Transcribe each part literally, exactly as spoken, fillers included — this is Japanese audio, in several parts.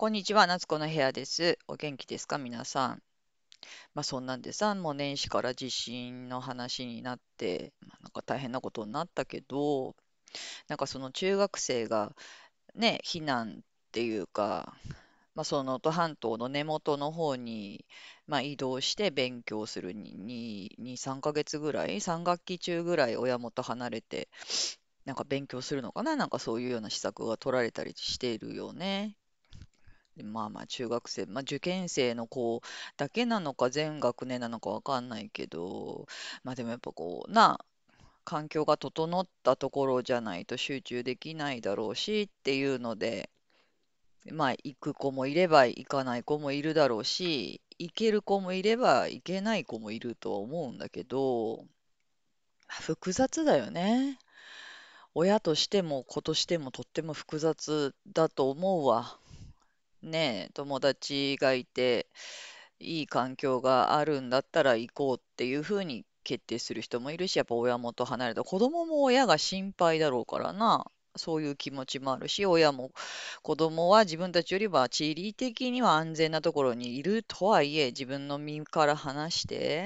こんにちは、夏子の部屋です。お元気ですか、皆さん。まあ、そんなんでさ、もう年始から地震の話になって、まあ、なんか大変なことになったけど、なんかその中学生がね、避難っていうか、まあ、その能登半島の根元の方に、まあ、移動して勉強するに、に、に、さんかげつぐらい、さん学期中ぐらい親元離れて、なんか勉強するのかな、なんかそういうような施策が取られたりしているよね。でまあまあ中学生、まあ受験生の子だけなのか全学年なのかわかんないけど、まあでもやっぱこうな、環境が整ったところじゃないと集中できないだろうしっていうので、まあ行く子もいれば行かない子もいるだろうし、行ける子もいれば行けない子もいるとは思うんだけど、複雑だよね。親としても子としてもとっても複雑だと思うわ。ねえ、友達がいて、いい環境があるんだったら行こうっていうふうに決定する人もいるし、やっぱ親元離れた子供も親が心配だろうからな。そういう気持ちもあるし、親も子供は自分たちよりは地理的には安全なところにいるとはいえ、自分の身から離して、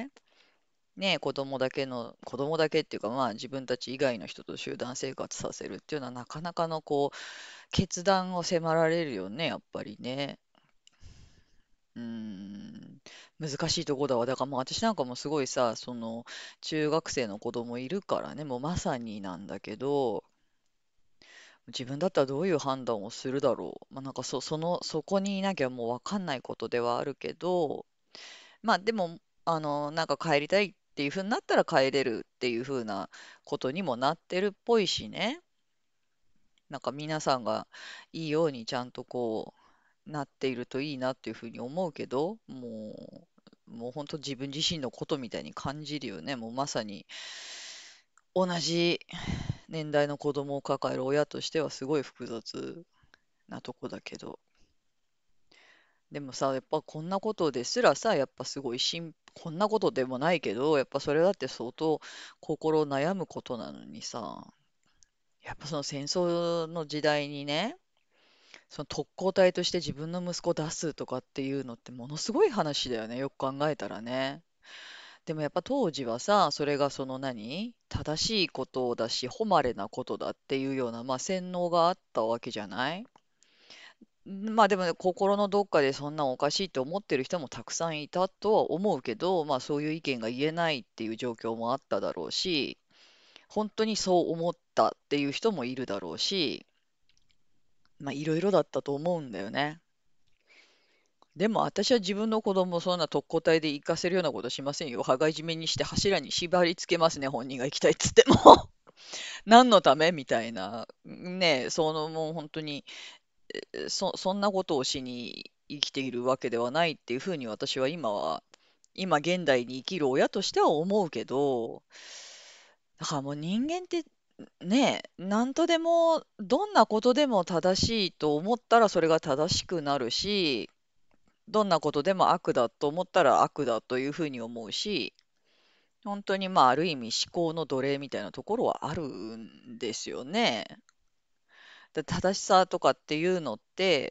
ねえ、子供だけの、子供だけっていうか、まあ自分たち以外の人と集団生活させるっていうのはなかなかのこう、決断を迫られるよね、やっぱりね。うーん、難しいとこだわ。だからもう私なんかもすごいさ、その中学生の子供いるからね、もうまさになんだけど、自分だったらどういう判断をするだろう。まあなんかそ、その、そこにいなきゃもうわかんないことではあるけど、まあでも、あの、なんか帰りたいっていう風になったら帰れるっていう風なことにもなってるっぽいしね。なんか皆さんがいいようにちゃんとこう、なっているといいなっていうふうに思うけど、もう、もう本当自分自身のことみたいに感じるよね。もうまさに同じ年代の子供を抱える親としてはすごい複雑なとこだけど。でもさ、やっぱこんなことですらさ、やっぱすごいしん、こんなことでもないけど、やっぱそれだって相当心悩むことなのにさ、やっぱその戦争の時代にね、その特攻隊として自分の息子を出すとかっていうのってものすごい話だよね。よく考えたらね。でもやっぱ当時はさ、それがその何正しいことだし、誉れなことだっていうような、まあ洗脳があったわけじゃない。まあでもね、心のどっかでそんなんおかしいって思ってる人もたくさんいたとは思うけど、まあそういう意見が言えないっていう状況もあっただろうし、本当にそう思ったっていう人もいるだろうし、まあいろいろだったと思うんだよね。でも私は自分の子供をそんな特攻隊で行かせるようなことしませんよ。羽交い締めにして柱に縛り付けますね、本人が行きたいっつっても。何のためみたいな。ねえ、そのもう本当に、えそ、そんなことをしに生きているわけではないっていうふうに私は今は、今現代に生きる親としては思うけど、だからもう人間ってねえ、何とでも、どんなことでも正しいと思ったらそれが正しくなるし、どんなことでも悪だと思ったら悪だというふうに思うし、本当にまあある意味思考の奴隷みたいなところはあるんですよね。で正しさとかっていうのって、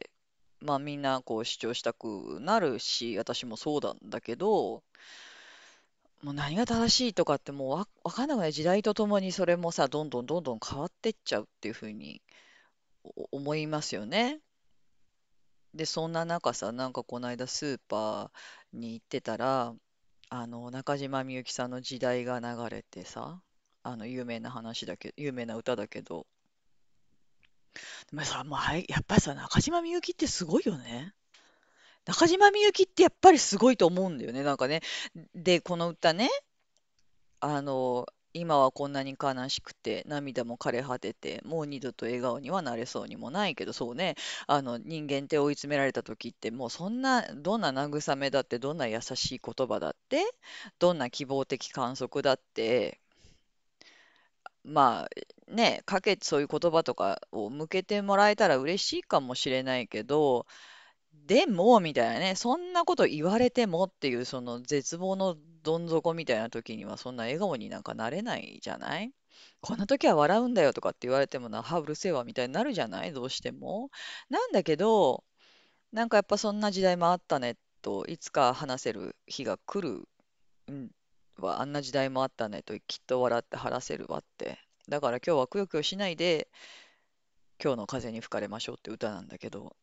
まあみんなこう主張したくなるし、私もそうなんだけど、もう何が正しいとかってもうわ、わかんなくない。時代とともにそれもさ、どんどんどんどん変わってっちゃうっていうふうにお思いますよね。で、そんな中さ、なんかこの間スーパーに行ってたら、あの、中島みゆきさんの時代が流れてさ、あの、有名な話だけ、有名な歌だけど、でもさ、もう、はい、やっぱりさ、中島みゆきってすごいよね。中島みゆきってやっぱりすごいと思うんだよね、なんかね。で、この歌ね、あの、今はこんなに悲しくて、涙も枯れ果てて、もう二度と笑顔にはなれそうにもないけど、そうね、あの、人間って追い詰められた時って、もうそんな、どんな慰めだって、どんな優しい言葉だって、どんな希望的観測だって、まあね、かけ、そういう言葉とかを向けてもらえたら嬉しいかもしれないけど、でも、みたいなね、そんなこと言われてもっていう、その絶望のどん底みたいな時には、そんな笑顔になんかなれないじゃない。こんな時は笑うんだよとかって言われてもな、は、うるせえわみたいになるじゃないどうしても。なんだけど、 なんかやっぱそんな時代もあったねと、いつか話せる日が来る、うん、は、あんな時代もあったねと、きっと笑って話せるわって。だから今日はくよくよしないで、今日の風に吹かれましょうって歌なんだけど、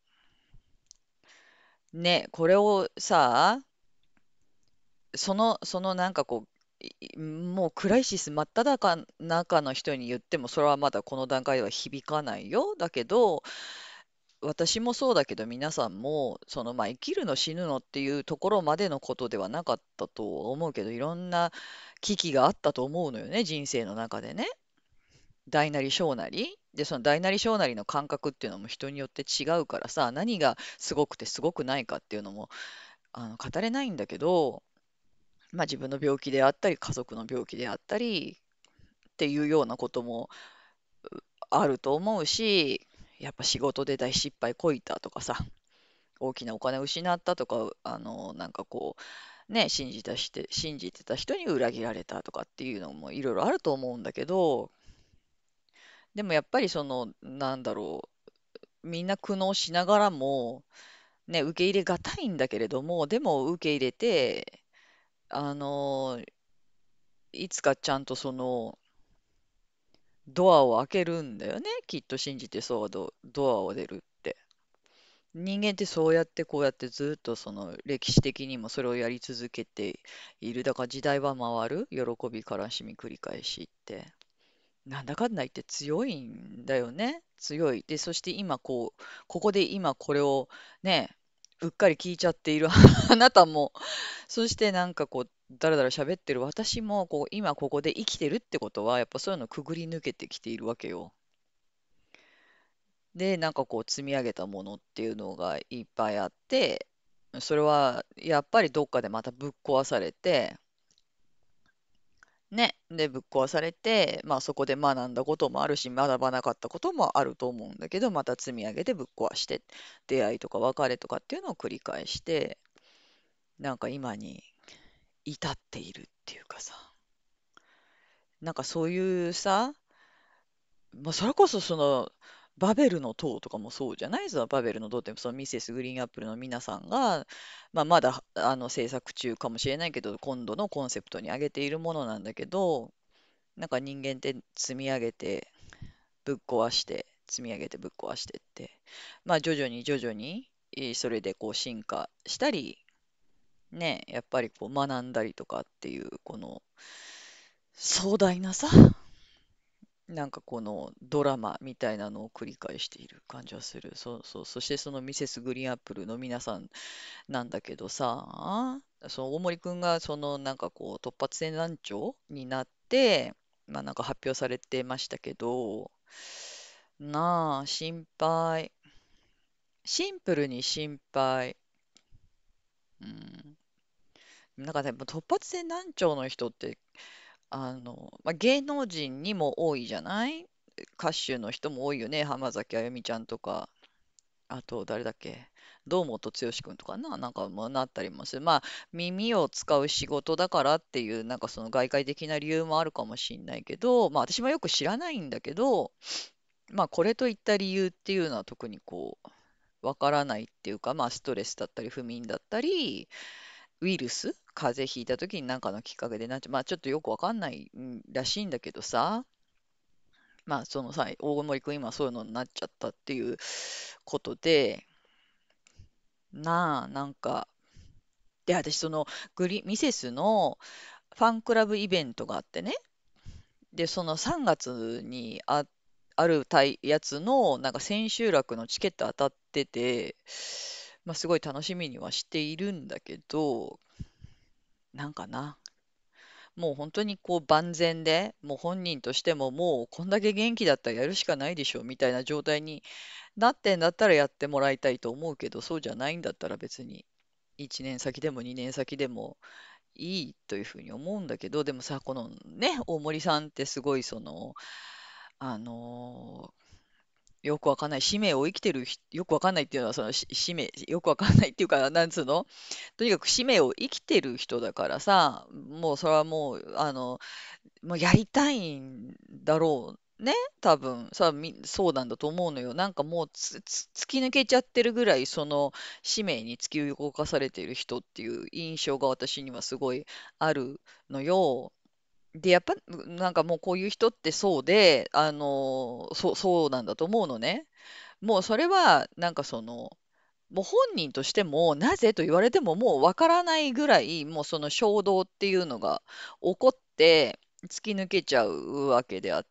ね、これをさ、その、そのなんかこう、いもうクライシス真っ只中中の人に言っても、それはまだこの段階では響かないよ。だけど、私もそうだけど、皆さんも、その、まあ、生きるの死ぬのっていうところまでのことではなかったと思うけど、いろんな危機があったと思うのよね、人生の中でね。大なり小なり。で、その大なり小なりの感覚っていうのも人によって違うからさ、何がすごくてすごくないかっていうのもあの語れないんだけど、まあ、自分の病気であったり、家族の病気であったりっていうようなこともあると思うし、やっぱ仕事で大失敗こいたとかさ、大きなお金を失ったとか、あの、なんかこう、ね、信じたして、信じてた人に裏切られたとかっていうのもいろいろあると思うんだけど、でもやっぱりその、なんだろう、みんな苦悩しながらも、ね、受け入れがたいんだけれども、でも受け入れて、あの、いつかちゃんとその、ドアを開けるんだよね。きっと信じてそうド、ドアを出るって。人間ってそうやってこうやってずっとその歴史的にもそれをやり続けている。だから時代は回る。喜び、悲しみ繰り返しって。なんだかんだ言って強いんだよね。強い。で、そして今こう、ここで今これをね、うっかり聞いちゃっているあなたも、そしてなんかこう、だらだら喋ってる私も、こう、今ここで生きてるってことは、やっぱそういうのくぐり抜けてきているわけよ。で、なんかこう、積み上げたものっていうのがいっぱいあって、それはやっぱりどっかでまたぶっ壊されて、ね、で、ぶっ壊されて、まあそこで学んだこともあるし、学ばなかったこともあると思うんだけど、また積み上げてぶっ壊して、出会いとか別れとかっていうのを繰り返して、なんか今に至っているっていうかさ、なんかそういうさ、まあ、それこそその、バベルの塔とかもそうじゃないそのバベルの塔ってそのミセスグリーンアップルの皆さんが、まあ、まだあの制作中かもしれないけど、今度のコンセプトに挙げているものなんだけど、なんか人間って積み上げてぶっ壊して、積み上げてぶっ壊してって、まあ徐々に徐々に、えーそれでこう進化したり、ね、やっぱりこう学んだりとかっていう、この壮大なさ、なんかこのドラマみたいなのを繰り返している感じはする。そうそう。そしてそのミセスグリーンアップルの皆さんなんだけどさ、その大森くんがそのなんかこう突発性難聴になって、まあなんか発表されてましたけど、なあ、心配。シンプルに心配。うん。なんかね、突発性難聴の人って、あの、まあ、芸能人にも多いじゃない歌手の人も多いよね。浜崎あゆみちゃんとか、あと誰だっけ堂本剛君とかな、なんかもなったりもする。まあ、耳を使う仕事だからっていう、なんかその外界的な理由もあるかもしれないけど、まあ私もよく知らないんだけど、まあこれといった理由っていうのは特にこう、わからないっていうか、まあストレスだったり不眠だったり、ウイルス、風邪ひいた時に何かのきっかけでなっちゃう、まあちょっとよくわかんないんらしいんだけどさ、まあそのさ、大森君今そういうのになっちゃったっていうことで、なあ、なんか、で、私そのグリ、ミセスのファンクラブイベントがあってね、で、そのさんがつにあ、あるたいやつの、なんか千秋楽のチケット当たってて、まあすごい楽しみにはしているんだけど、なんかな、もう本当にこう万全で、もう本人としてももうこんだけ元気だったらやるしかないでしょみたいな状態になってんだったらやってもらいたいと思うけど、そうじゃないんだったら別にいちねん先でもにねん先でもいいというふうに思うんだけど、でもさ、このね、大森さんってすごいその、あのーよくわかんない、使命を生きてる人、よくわかんないっていうのは、そのし使命、よくわかんないっていうか、なんつうのとにかく使命を生きてる人だからさ、もうそれはもう、あの、もうやりたいんだろうね、多分さ、み、そうなんだと思うのよ。なんかもうつ、つ、突き抜けちゃってるぐらい、その使命に突き動かされている人っていう印象が私にはすごいあるのよ。で、やっぱ、なんかもうこういう人ってそうで、あの、そう、そうなんだと思うのね。もうそれは、なんかその、もう本人としても、なぜと言われてももうわからないぐらい、もうその衝動っていうのが起こって、突き抜けちゃうわけであって、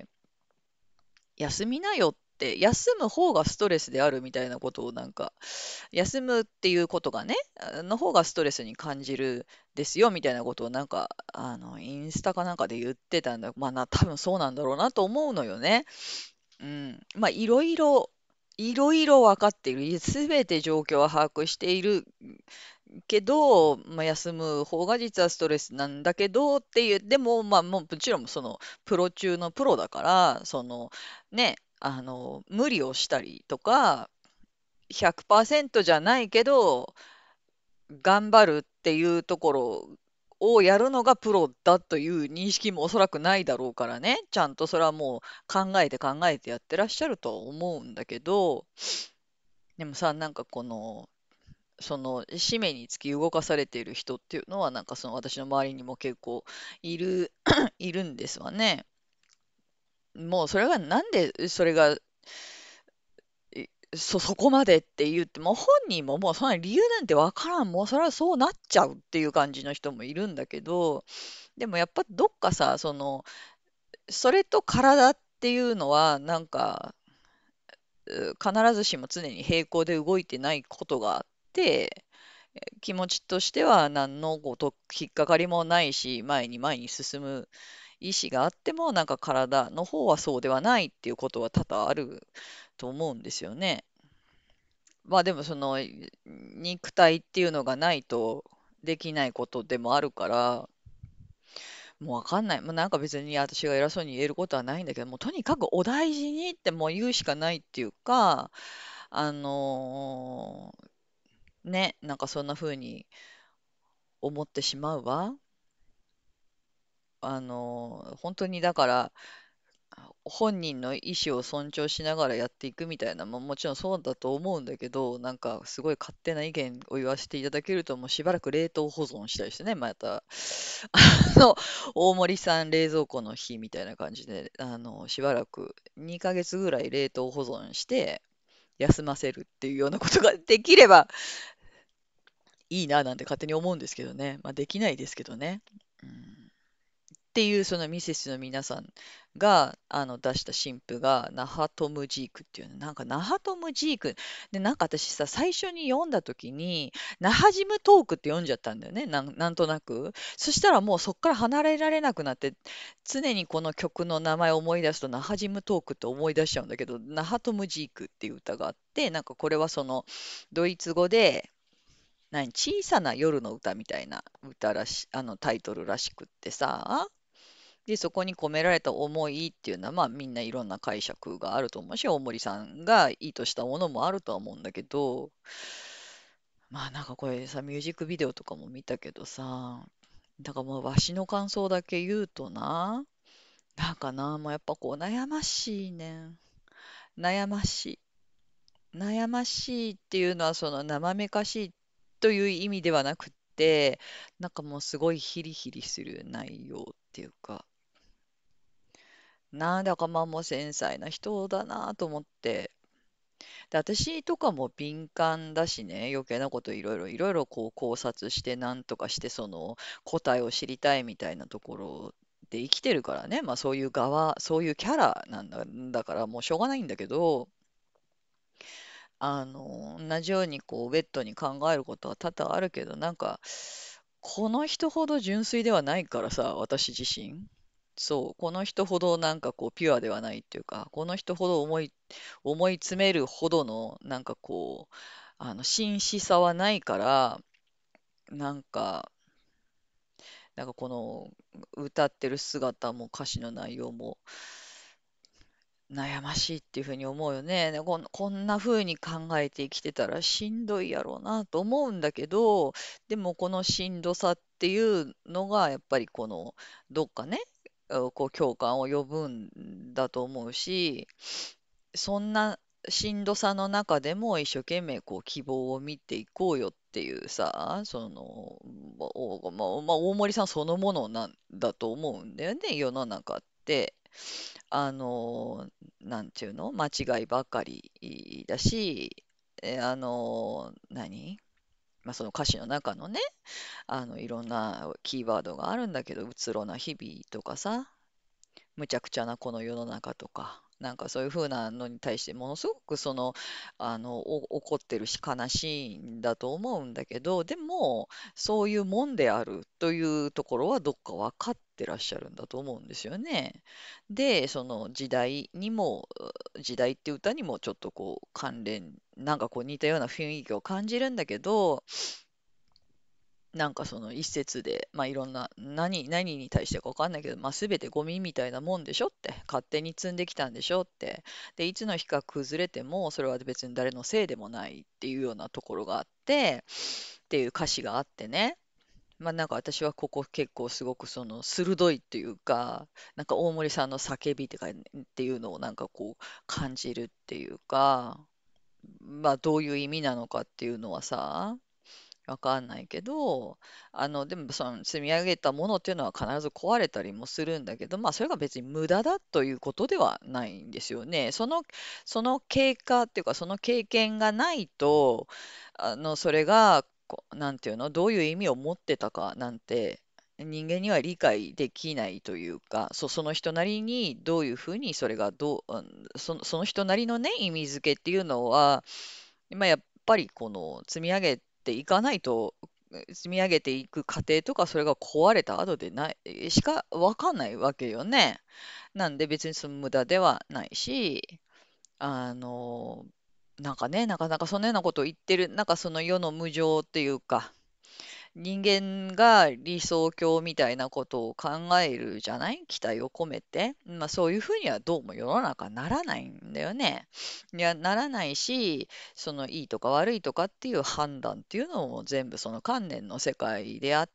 休みなよって、休む方がストレスであるみたいなことをなんか、休むっていうことがね、あの方がストレスに感じるですよみたいなことをなんか、あの、インスタかなんかで言ってたんだ。まあな、多分そうなんだろうなと思うのよね。うん。まあいろいろ、いろいろ分かっている。すべて状況は把握しているけど、まあ、休む方が実はストレスなんだけどっていう、でも、まあ、もうもちろんそのプロ中のプロだから、そのね、あの、無理をしたりとか、ひゃくパーセントじゃないけど、頑張るっていうところをやるのがプロだという認識もおそらくないだろうからね、ちゃんとそれはもう考えて考えてやってらっしゃるとは思うんだけど、でもさ、なんかこの、その使命につき動かされている人っていうのはなんかその私の周りにも結構いるいるんですわね。もうそれがなんでそれがいそ、そこまでって言っても本人ももうそんな理由なんてわからん、もうそれはそうなっちゃうっていう感じの人もいるんだけど、でもやっぱどっかさ、そのそれと体っていうのはなんかう必ずしも常に平行で動いてないことがあって、気持ちとしては何のこと引っかかりもないし、前に前に進む意志があっても、なんか体の方はそうではないっていうことは多々あると思うんですよね。まあでもその肉体っていうのがないとできないことでもあるから、もうわかんない。もうなんか別に私が偉そうに言えることはないんだけど、もうとにかくお大事にってもう言うしかないっていうか、あのーね、なんかそんな風に思ってしまうわ。あの、本当にだから、本人の意思を尊重しながらやっていくみたいな、ももちろんそうだと思うんだけど、なんかすごい勝手な意見を言わせていただけると、もうしばらく冷凍保存したりしてね、また、あの、大森さん冷蔵庫の日みたいな感じで、あの、しばらくにかげつぐらい冷凍保存して、休ませるっていうようなことができればいいななんて勝手に思うんですけどね。まあ、できないですけどね。うんっていうそのミセスの皆さんがあの出した新譜がナハトムジークっていうのなんかナハトムジークでなんか私さ最初に読んだ時にナハジムトークって読んじゃったんだよねなん、なんとなくそしたらもうそっから離れられなくなって常にこの曲の名前を思い出すとナハジムトークって思い出しちゃうんだけどナハトムジークっていう歌があってなんかこれはそのドイツ語で何小さな夜の歌みたいな歌らしあのタイトルらしくってさで、そこに込められた思いっていうのは、まあみんないろんな解釈があると思うし、大森さんが意図したものもあるとは思うんだけど、まあなんかこれさ、ミュージックビデオとかも見たけどさ、だからもうわしの感想だけ言うとな、なんかな、もうやっぱこう悩ましいねん。悩ましい。悩ましいっていうのはその生めかしいという意味ではなくって、なんかもうすごいヒリヒリする内容っていうか、なんだかまあもう繊細な人だなと思って。で、私とかも敏感だしね、余計なこといろいろいろいろこう考察してなんとかしてその答えを知りたいみたいなところで生きてるからね、まあそういう側、そういうキャラなんだ、だからもうしょうがないんだけど、あの、同じようにこうベッドに考えることは多々あるけど、なんか、この人ほど純粋ではないからさ、私自身。そう、この人ほどなんかこうピュアではないっていうか、この人ほど思い、思い詰めるほどのなんかこう、あの、真摯さはないから、なんか、なんかこの歌ってる姿も歌詞の内容も悩ましいっていうふうに思うよね。でこん、こんなふうに考えて生きてたらしんどいやろうなと思うんだけど、でもこのしんどさっていうのがやっぱりこのどっかね、 こう共感を呼ぶんだと思うし、そんなしんどさの中でも一生懸命こう希望を見ていこうよっていうさ、その、まあ、おまあまあ大森さんそのものなんだと思うんだよね、世の中って。あの、なんていうの、間違いばかりだし、えあの、何まあ、その歌詞の中のね、あの、いろんなキーワードがあるんだけど、うつろな日々とかさ、むちゃくちゃなこの世の中とか、なんかそういう風なのに対してものすごくその、あの、お怒ってるし悲しいんだと思うんだけど、でも、そういうもんであるというところはどっか分かってらっしゃるんだと思うんですよね。で、その時代にも、時代って歌にもちょっとこう関連、なんかこう似たような雰囲気を感じるんだけど、なんかその一節で、まあ、いろんな、何、何に対してかわかんないけど、まあ、全てゴミみたいなもんでしょって、勝手に積んできたんでしょって、で、いつの日か崩れても、それは別に誰のせいでもないっていうようなところがあって、っていう歌詞があってね、まあなんか私はここ結構すごくその鋭いっていうか、なんか大森さんの叫びってかっていうのをなんかこう感じるっていうか、まあどういう意味なのかっていうのはさ、わかんないけど、あの、でもその積み上げたものっていうのは必ず壊れたりもするんだけど、まあそれが別に無駄だということではないんですよね。その、その経過っていうか、その経験がないと、あの、それが、こうなんていうの、どういう意味を持ってたかなんて、人間には理解できないというか、そ、その人なりにどういうふうにそれがどう、うんその、その人なりのね、意味付けっていうのは、まあ、やっぱりこの積み上げていかないと、積み上げていく過程とか、それが壊れた後でない、しかわかんないわけよね。なんで別にその無駄ではないし、あの、なんかね、なかなかそんなようなことを言ってる、なんかその世の無常っていうか、人間が理想郷みたいなことを考えるじゃない期待を込めて。まあそういうふうにはどうも世の中ならないんだよね。いや、ならないし、そのいいとか悪いとかっていう判断っていうのも全部その観念の世界であって、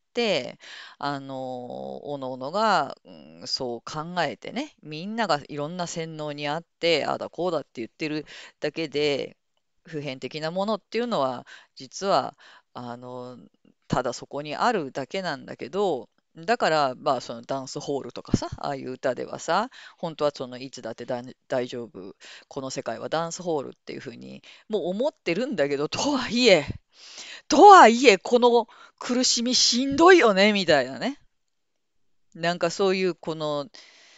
あの、おのおのが、うん、そう考えてね、みんながいろんな洗脳にあって、ああだこうだって言ってるだけで、普遍的なものっていうのは、実は、あの、ただそこにあるだけなんだけど、だから、まあ、そのダンスホールとかさ、ああいう歌ではさ、本当はそのいつだってだ大丈夫、この世界はダンスホールっていうふうに、もう思ってるんだけど、とはいえ、とはいえ、この苦しみしんどいよね、みたいなね。なんかそういう、この、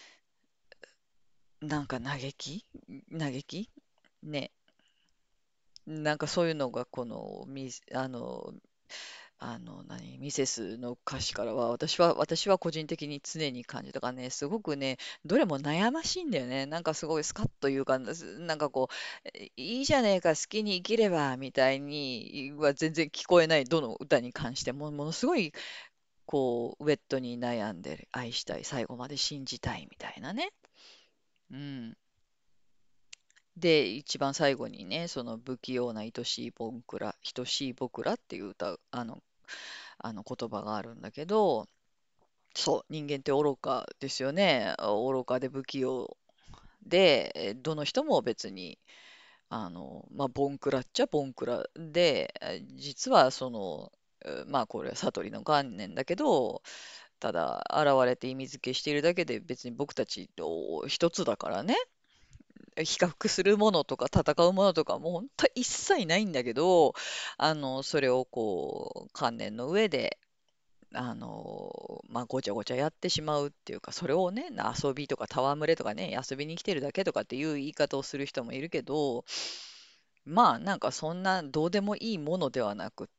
なんか嘆き嘆きね。なんかそういうのが、この、み、あの、あの、何、ミセスの歌詞からは、私は、私は個人的に常に感じたからね、すごくね、どれも悩ましいんだよね。なんかすごいスカッというか、すなんかこう、えいいじゃねえか、好きに生きれば、みたいには全然聞こえない、どの歌に関しても、ものすごい、こう、ウェットに悩んでる、愛したい、最後まで信じたい、みたいなね。うん。で、一番最後にね、その不器用な愛しい僕ら、愛しい僕らっていう歌う、あの、あの言葉があるんだけど、そう、人間って愚かですよね。愚かで不器用で、えどの人も別に、あの、まあ、ボンクラっちゃボンクラで、え実はその、えまあ、これは悟りの観念だけど、ただ、現れて意味付けしているだけで、別に僕たちと一つだからね。比較するものとか戦うものとかもう本当一切ないんだけど、あの、それをこう、観念の上で、あの、まあ、ごちゃごちゃやってしまうっていうか、それをね、遊びとか戯れとかね、遊びに来てるだけとかっていう言い方をする人もいるけど、まあ、なんかそんなどうでもいいものではなくって、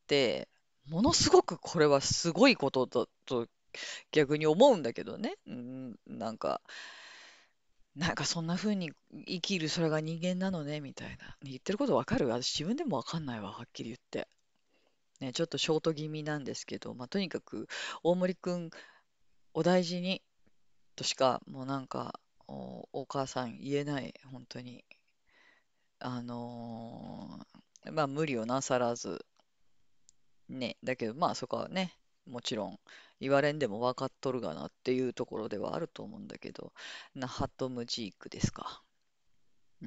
ものすごくこれはすごいことだと逆に思うんだけどね。うん、なんか、なんかそんな風に生きるそれが人間なのね、みたいな。言ってることわかる私自分でもわかんないわ、はっきり言って。ね、ちょっとショート気味なんですけど、まあ、とにかく大森くんお大事にとしか、もうなんか、お、お母さん言えない、本当に。あのーまあ無理をなさらず、ね、だけどまあそこはね、 もちろん言われんでも分かっとるがなっていうところではあると思うんだけど、ナハトムジークですか。うん。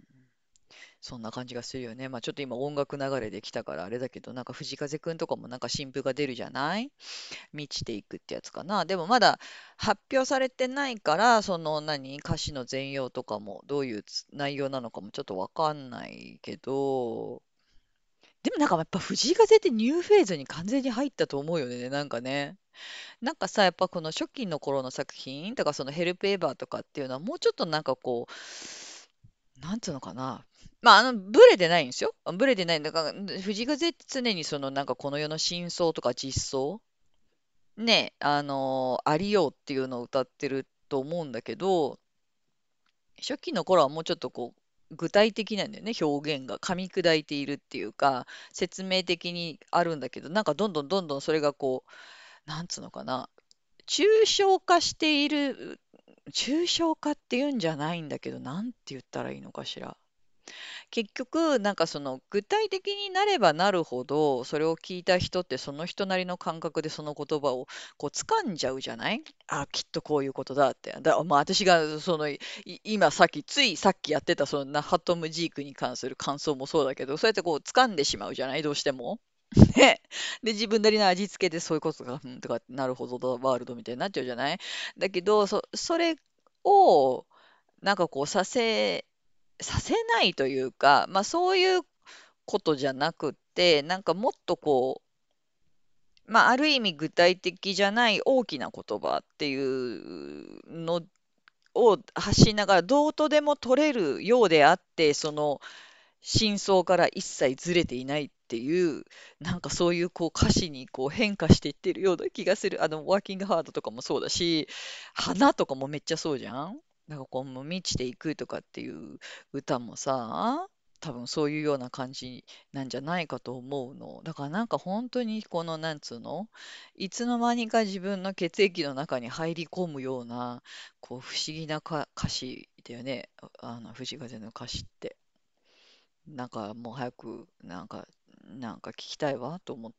そんな感じがするよね。まあちょっと今音楽流れできたからあれだけど、なんか藤風くんとかもなんか新譜が出るじゃない？満ちていくってやつかな。でもまだ発表されてないから、その何、歌詞の全容とかもどういうつ内容なのかもちょっとわかんないけど、でもなんかやっぱ藤井風ってニューフェーズに完全に入ったと思うよね、なんかね。なんかさ、やっぱこの初期の頃の作品、だからそのヘルプエヴァーとかっていうのはもうちょっとなんかこう、なんつうのかな。まあ、あの、ブレてないんですよ。ブレてない。だから、藤井風って常にそのなんかこの世の真相とか実相ね、あのありようっていうのを歌ってると思うんだけど、初期の頃はもうちょっとこう、具体的なんだよね、表現が。噛み砕いているっていうか、説明的にあるんだけど、なんかどんどんどんどんそれがこう、なんつうのかな、抽象化している、抽象化っていうんじゃないんだけど、なんて言ったらいいのかしら。結局、なんかその具体的になればなるほど、それを聞いた人ってその人なりの感覚でその言葉をこう掴んじゃうじゃない？あ、きっとこういうことだって。だ、まあ私がそのい今さっき、ついさっきやってたそのナハトムジークに関する感想もそうだけど、そうやってこう掴んでしまうじゃない？どうしても。ね。で、自分なりの味付けでそういうことが、うんとか、なるほどだ、ワールドみたいになっちゃうじゃない？だけど、そ、それを、なんかこうさせ、させないというか、まあそういうことじゃなくって、なんかもっとこう、まあある意味具体的じゃない大きな言葉っていうのを発しながら、どうとでも取れるようであって、その真相から一切ずれていないっていう、なんかそういうこう歌詞にこう変化していってるような気がする。あの、ワーキングハードとかもそうだし、花とかもめっちゃそうじゃん。なんかこう、もう満ちていくとかっていう歌もさ、多分そういうような感じなんじゃないかと思うの。だからなんか本当にこの、なんつうの、いつの間にか自分の血液の中に入り込むような、こう不思議なか歌詞だよね。あの、藤風の歌詞って。なんかもう早く、なんか、なんか聞きたいわと思って。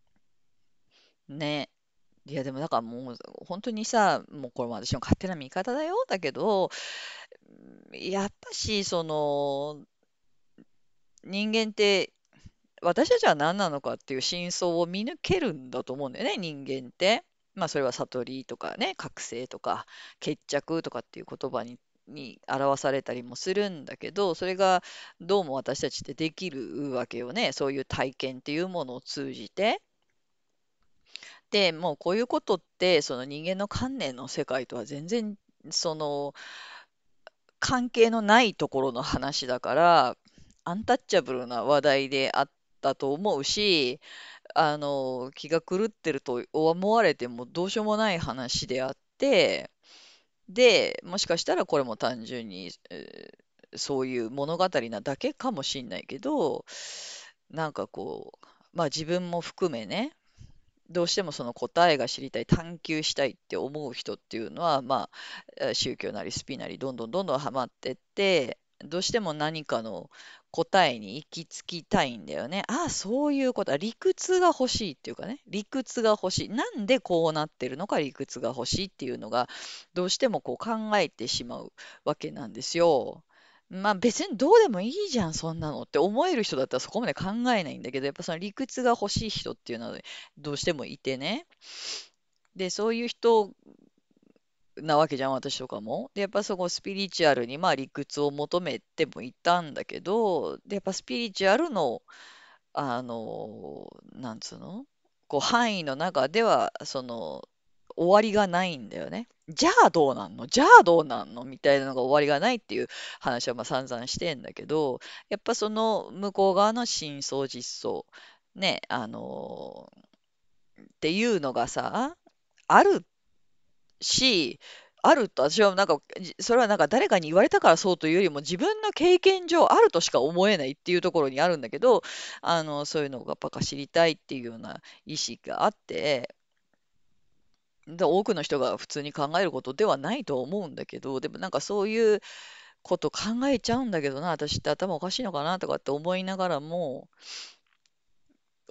ね。いやでもだからもう本当にさ、もうこれも私の勝手な見方だよ。だけど、やっぱし、その、人間って、私たちは何なのかっていう真相を見抜けるんだと思うんだよね、人間って。まあそれは悟りとかね、覚醒とか決着とかっていう言葉に、に表されたりもするんだけど、それがどうも私たちってできるわけよね。そういう体験っていうものを通じて。で、もうこういうことって、その人間の観念の世界とは全然、その関係のないところの話だから、アンタッチャブルな話題であったと思うし、あの、気が狂ってると思われてもどうしようもない話であって、で、もしかしたらこれも単純に、えーそういう物語なだけかもしんないけど、なんかこう、まあ自分も含めね、どうしてもその答えが知りたい、探求したいって思う人っていうのは、まあ、え宗教なりスピなり、どんどんどんどんハマってって、どうしても何かの答えに行き着きたいんだよね。ああ、そういうこと、理屈が欲しいっていうかね、理屈が欲しい。なんでこうなってるのか理屈が欲しいっていうのが、どうしてもこう考えてしまうわけなんですよ。まあ別にどうでもいいじゃん、そんなのって思える人だったらそこまで考えないんだけど、やっぱその理屈が欲しい人っていうのはどうしてもいてね。で、そういう人なわけじゃん、私とかも。で、やっぱそこスピリチュアルにまあ理屈を求めてもいたんだけど、で、やっぱスピリチュアルの、あの、なんつうのこう範囲の中では、その、終わりがないんだよね。じゃあどうなんのじゃあどうなんのみたいなのが終わりがないっていう話はまあ散々してんだけど、やっぱその向こう側の真相実相、ね、あのっていうのがさ、あるし、あると私はなんか、じそれはなんか誰かに言われたからそうというよりも自分の経験上あるとしか思えないっていうところにあるんだけど、あの、そういうのがバカ知りたいっていうような意思があって、で多くの人が普通に考えることではないと思うんだけど、でもなんかそういうこと考えちゃうんだけどな、私って頭おかしいのかなとかって思いながらも、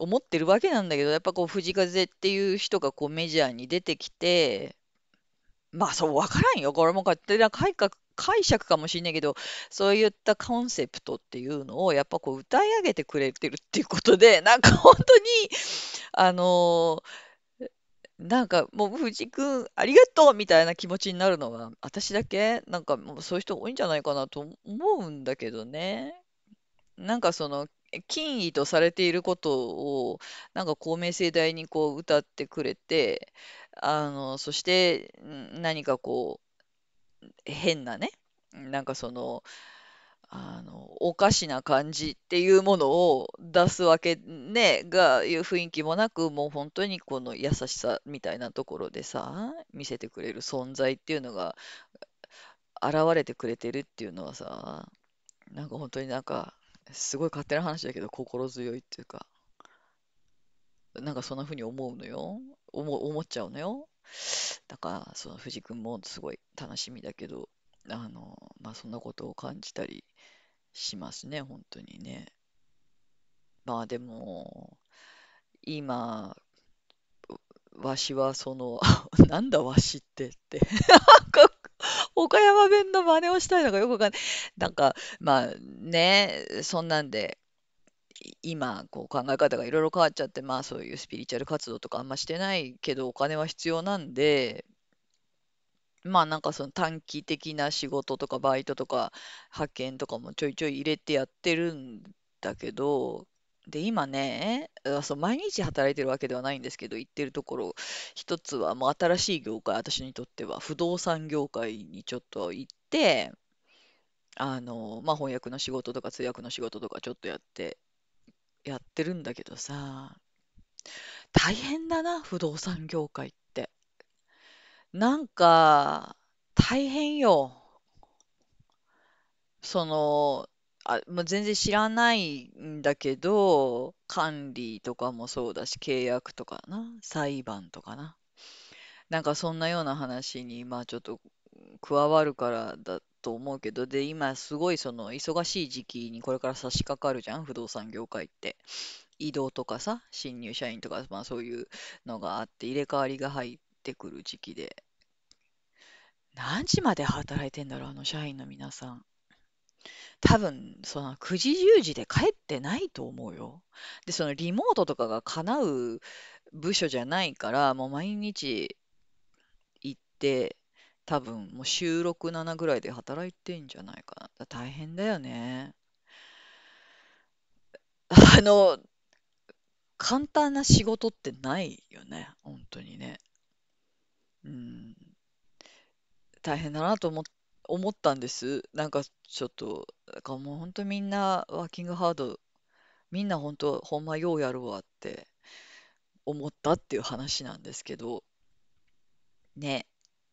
思ってるわけなんだけど、やっぱこう藤風っていう人がこうメジャーに出てきて、まあそう、わからんよ。これも勝手な解釈、解釈かもしれないけど、そういったコンセプトっていうのをやっぱこう歌い上げてくれてるっていうことで、なんか本当に、あのなんかもう藤君ありがとうみたいな気持ちになるのは私だけなんかもうそういう人多いんじゃないかなと思うんだけどね。なんかその金意とされていることをなんか公明正大にこう歌ってくれて、あの、そしてん何かこう変なね、なんかその、あの、おかしな感じっていうものを出すわけね、がいう雰囲気もなく、もう本当にこの優しさみたいなところでさ、見せてくれる存在っていうのが現れてくれてるっていうのはさ、なんか本当になんか、すごい勝手な話だけど心強いっていうか、なんかそんな風に思うのよ。思う、思っちゃうのよ。だから、その藤君もすごい楽しみだけど、あの、まあそんなことを感じたりしますね、本当にね。まあでも、今、わしはその、なんだわしってって、なんか岡山弁の真似をしたいのがよくわかんない。なんか、まあね、そんなんで、い今、こう考え方がいろいろ変わっちゃって、まあそういうスピリチュアル活動とかあんましてないけど、お金は必要なんで、まあなんかその短期的な仕事とかバイトとか派遣とかもちょいちょい入れてやってるんだけど、で今ね、あそう毎日働いてるわけではないんですけど、行ってるところ、一つはもう新しい業界、私にとっては不動産業界にちょっと行って、あの、まあ翻訳の仕事とか通訳の仕事とかちょっとやって、やってるんだけどさ、大変だな、不動産業界って。なんか、大変よ。その、あ、もう全然知らないんだけど、管理とかもそうだし、契約とかな、裁判とかな。なんかそんなような話に、まあちょっと加わるからだと思うけど、で、今すごいその忙しい時期にこれから差し掛かるじゃん、不動産業界って。移動とかさ、新入社員とか、まあそういうのがあって、入れ替わりが入ってくる時期で。何時まで働いてんだろう、あの社員の皆さん。多分、そのくじじゅうじで帰ってないと思うよ。で、そのリモートとかが叶う部署じゃないから、もう毎日行って、多分もう週ろく、ななぐらいで働いてんじゃないかな。だ大変だよね。あの、簡単な仕事ってないよね。本当にね。うん。大変だなと思っ、思ったんです。なんかちょっと、だからもう本当みんなワーキングハード、みんな本当ほんまようやるわって思ったっていう話なんですけど、ね。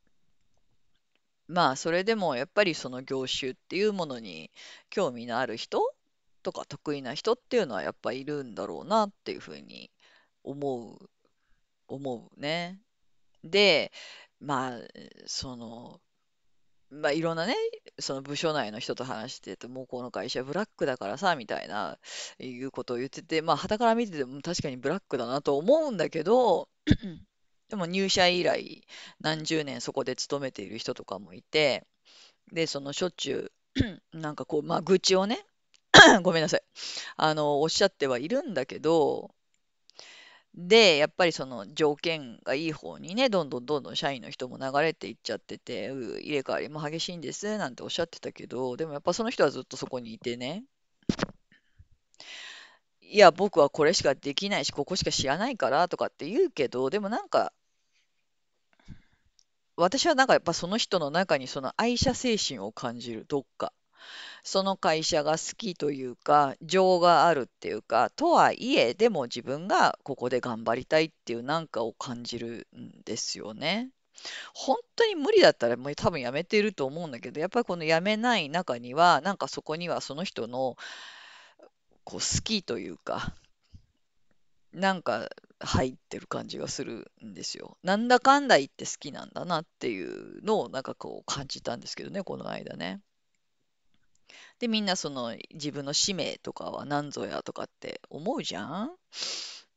まあそれでもやっぱりその業種っていうものに興味のある人とか得意な人っていうのはやっぱいるんだろうなっていうふうに思う、思うね。で、まあ、その、まあ、いろんなね、その部署内の人と話してて、もうこの会社ブラックだからさ、みたいな、いうことを言ってて、まあ、傍から見てても確かにブラックだなと思うんだけど、でも入社以来何十年そこで勤めている人とかもいて、で、そのしょっちゅう、なんかこう、まあ、愚痴をね、ごめんなさい、あの、おっしゃってはいるんだけど、で、やっぱりその条件がいい方にね、どんどんどんどん社員の人も流れていっちゃってて、う入れ替わりも激しいんですなんておっしゃってたけど、でもやっぱその人はずっとそこにいてね、いや、僕はこれしかできないし、ここしか知らないからとかって言うけど、でもなんか、私はなんかやっぱその人の中にその愛社精神を感じる、どっか。その会社が好きというか、情があるっていうか、とはいえ、でも自分がここで頑張りたいっていうなんかを感じるんですよね。本当に無理だったらもう多分やめてると思うんだけど、やっぱりこのやめない中には、なんかそこにはその人のこう好きというか、なんか入ってる感じがするんですよ。なんだかんだ言って好きなんだなっていうのをなんかこう感じたんですけどね、この間ね。で、みんなその自分の使命とかは何ぞやとかって思うじゃん。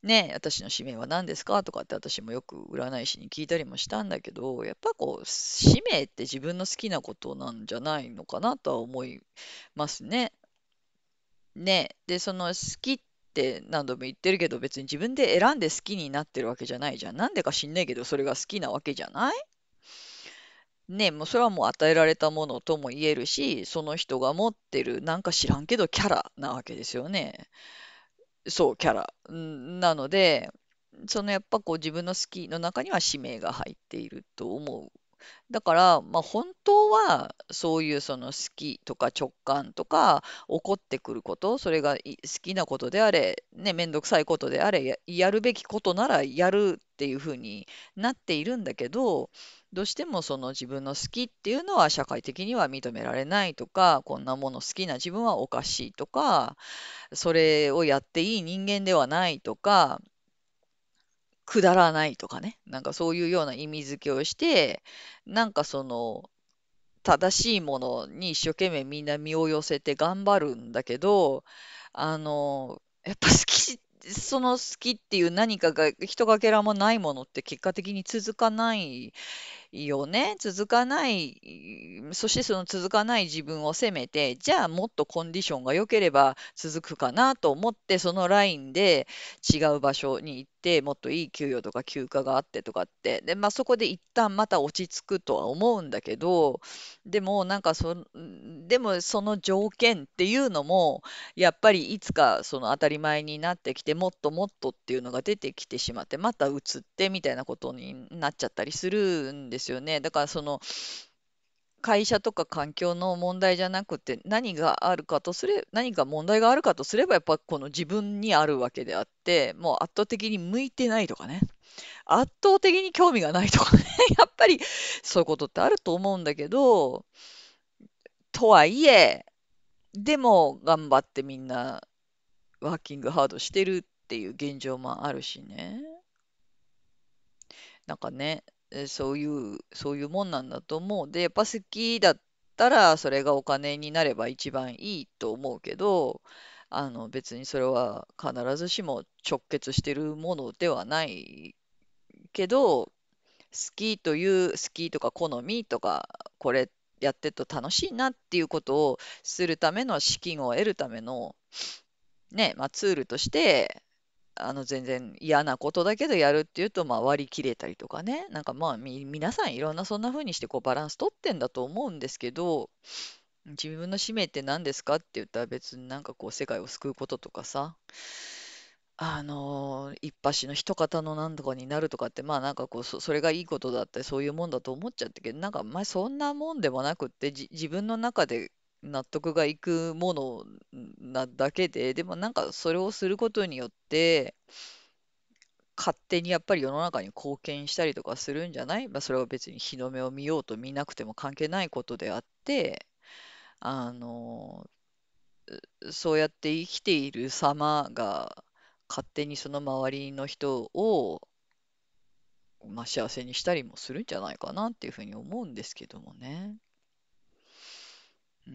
ね、私の使命は何ですかとかって私もよく占い師に聞いたりもしたんだけど、やっぱこう、使命って自分の好きなことなんじゃないのかなとは思いますね。ね。で、その好きって何度も言ってるけど、別に自分で選んで好きになってるわけじゃないじゃん。なんでか知んないけど、それが好きなわけじゃないね。もうそれはもう与えられたものとも言えるし、その人が持ってる、なんか知らんけどキャラなわけですよね。そう、キャラ。んなので、そのやっぱこう自分の好きの中には使命が入っていると思う。だから、まあ、本当はそういうその好きとか直感とか起こってくること、それがい好きなことであれ、ね、めんどくさいことであれ、や、やるべきことならやるっていうふうになっているんだけど、どうしてもその自分の好きっていうのは社会的には認められないとか、こんなもの好きな自分はおかしいとか、それをやっていい人間ではないとか、くだらないとかね、なんかそういうような意味付けをして、なんかその正しいものに一生懸命みんな身を寄せて頑張るんだけど、あの、やっぱ好き、その好きっていう何かが人がけらもないものって結果的に続かないよね。続かない、そしてその続かない自分を責めて、じゃあもっとコンディションが良ければ続くかなと思って、そのラインで違う場所に行って、もっといい給与とか休暇があってとかって、で、まあそこで一旦また落ち着くとは思うんだけど、でもなんかそ、でもその条件っていうのも、やっぱりいつかその当たり前になってきて、もっともっとっていうのが出てきてしまって、また移ってみたいなことになっちゃったりするんですよね。だからその会社とか環境の問題じゃなくて、何があるかとすれ、何か問題があるかとすれば、やっぱこの自分にあるわけであって、もう圧倒的に向いてないとかね。圧倒的に興味がないとかね。やっぱりそういうことってあると思うんだけど、とはいえ、でも頑張ってみんなワーキングハードしてるっていう現状もあるしね。なんかね、えそういう、そういうもんなんだと思う。で、やっぱ好きだったら、それがお金になれば一番いいと思うけど、あの、別にそれは必ずしも直結してるものではないけど、好きという、好きとか好みとか、これやってると楽しいなっていうことをするための資金を得るための、ね、まあ、ツールとして、あの全然嫌なことだけどやるっていうと、まあ、割り切れたりとかね、なんかまあみ皆さんいろんなそんな風にしてこうバランス取ってんだと思うんですけど、自分の使命って何ですかって言ったら別になんかこう世界を救うこととかさ、あのー一発の一方の何とかになるとかって、まあなんかこうそ、それがいいことだってそういうもんだと思っちゃったけど、なんかまあそんなもんでもなくって、じ自分の中で納得がいくものなだけで、でもなんかそれをすることによって、勝手にやっぱり世の中に貢献したりとかするんじゃない、まあ、それは別に日の目を見ようと見なくても関係ないことであって、あの、そうやって生きている様が勝手にその周りの人を、まあ、幸せにしたりもするんじゃないかなっていうふうに思うんですけどもね。うん。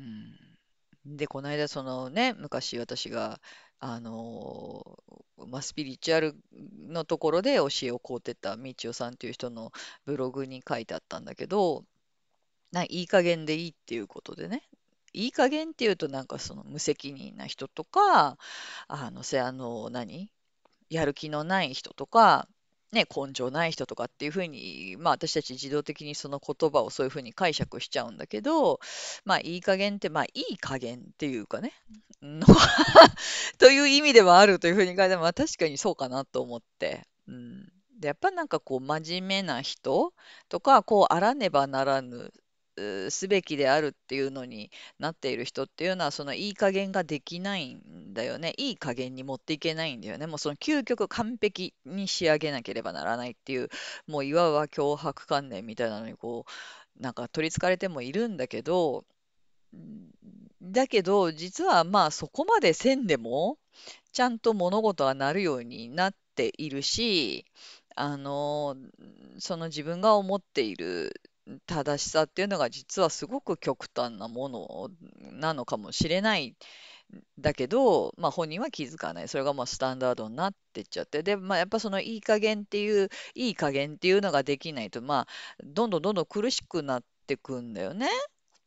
で、この間、そのね、昔私が、あのまあ、スピリチュアルのところで教えを請うてたみちおさんっていう人のブログに書いてあったんだけど、ないい加減でいいっていうことでね、いい加減っていうとなんかその無責任な人とか、あの、せ、あの、何やる気のない人とか、ね、根性ない人とかっていうふうに、まあ私たち自動的にその言葉をそういうふうに解釈しちゃうんだけど、まあいい加減って、まあいい加減っていうかね、のという意味ではあるというふうに書いて、まあ確かにそうかなと思って。うん。で、やっぱなんかこう真面目な人とか、こうあらねばならぬ、うすべきであるっていうのになっている人っていうのは、そのいい加減ができないんだよね。いい加減に持っていけないんだよね。もうその究極完璧に仕上げなければならないっていう、もういわば強迫観念みたいなのにこう、なんか取り憑かれてもいるんだけど、だけど、実はまあそこまでせんでも、ちゃんと物事はなるようになっているし、あの、その自分が思っている正しさっていうのが実はすごく極端なものなのかもしれないだけど、まあ本人は気づかない。それがまあスタンダードになってっちゃって。で、まあやっぱそのいい加減っていう、いい加減っていうのができないと、まあ、どんどんどんどん苦しくなってくんだよね。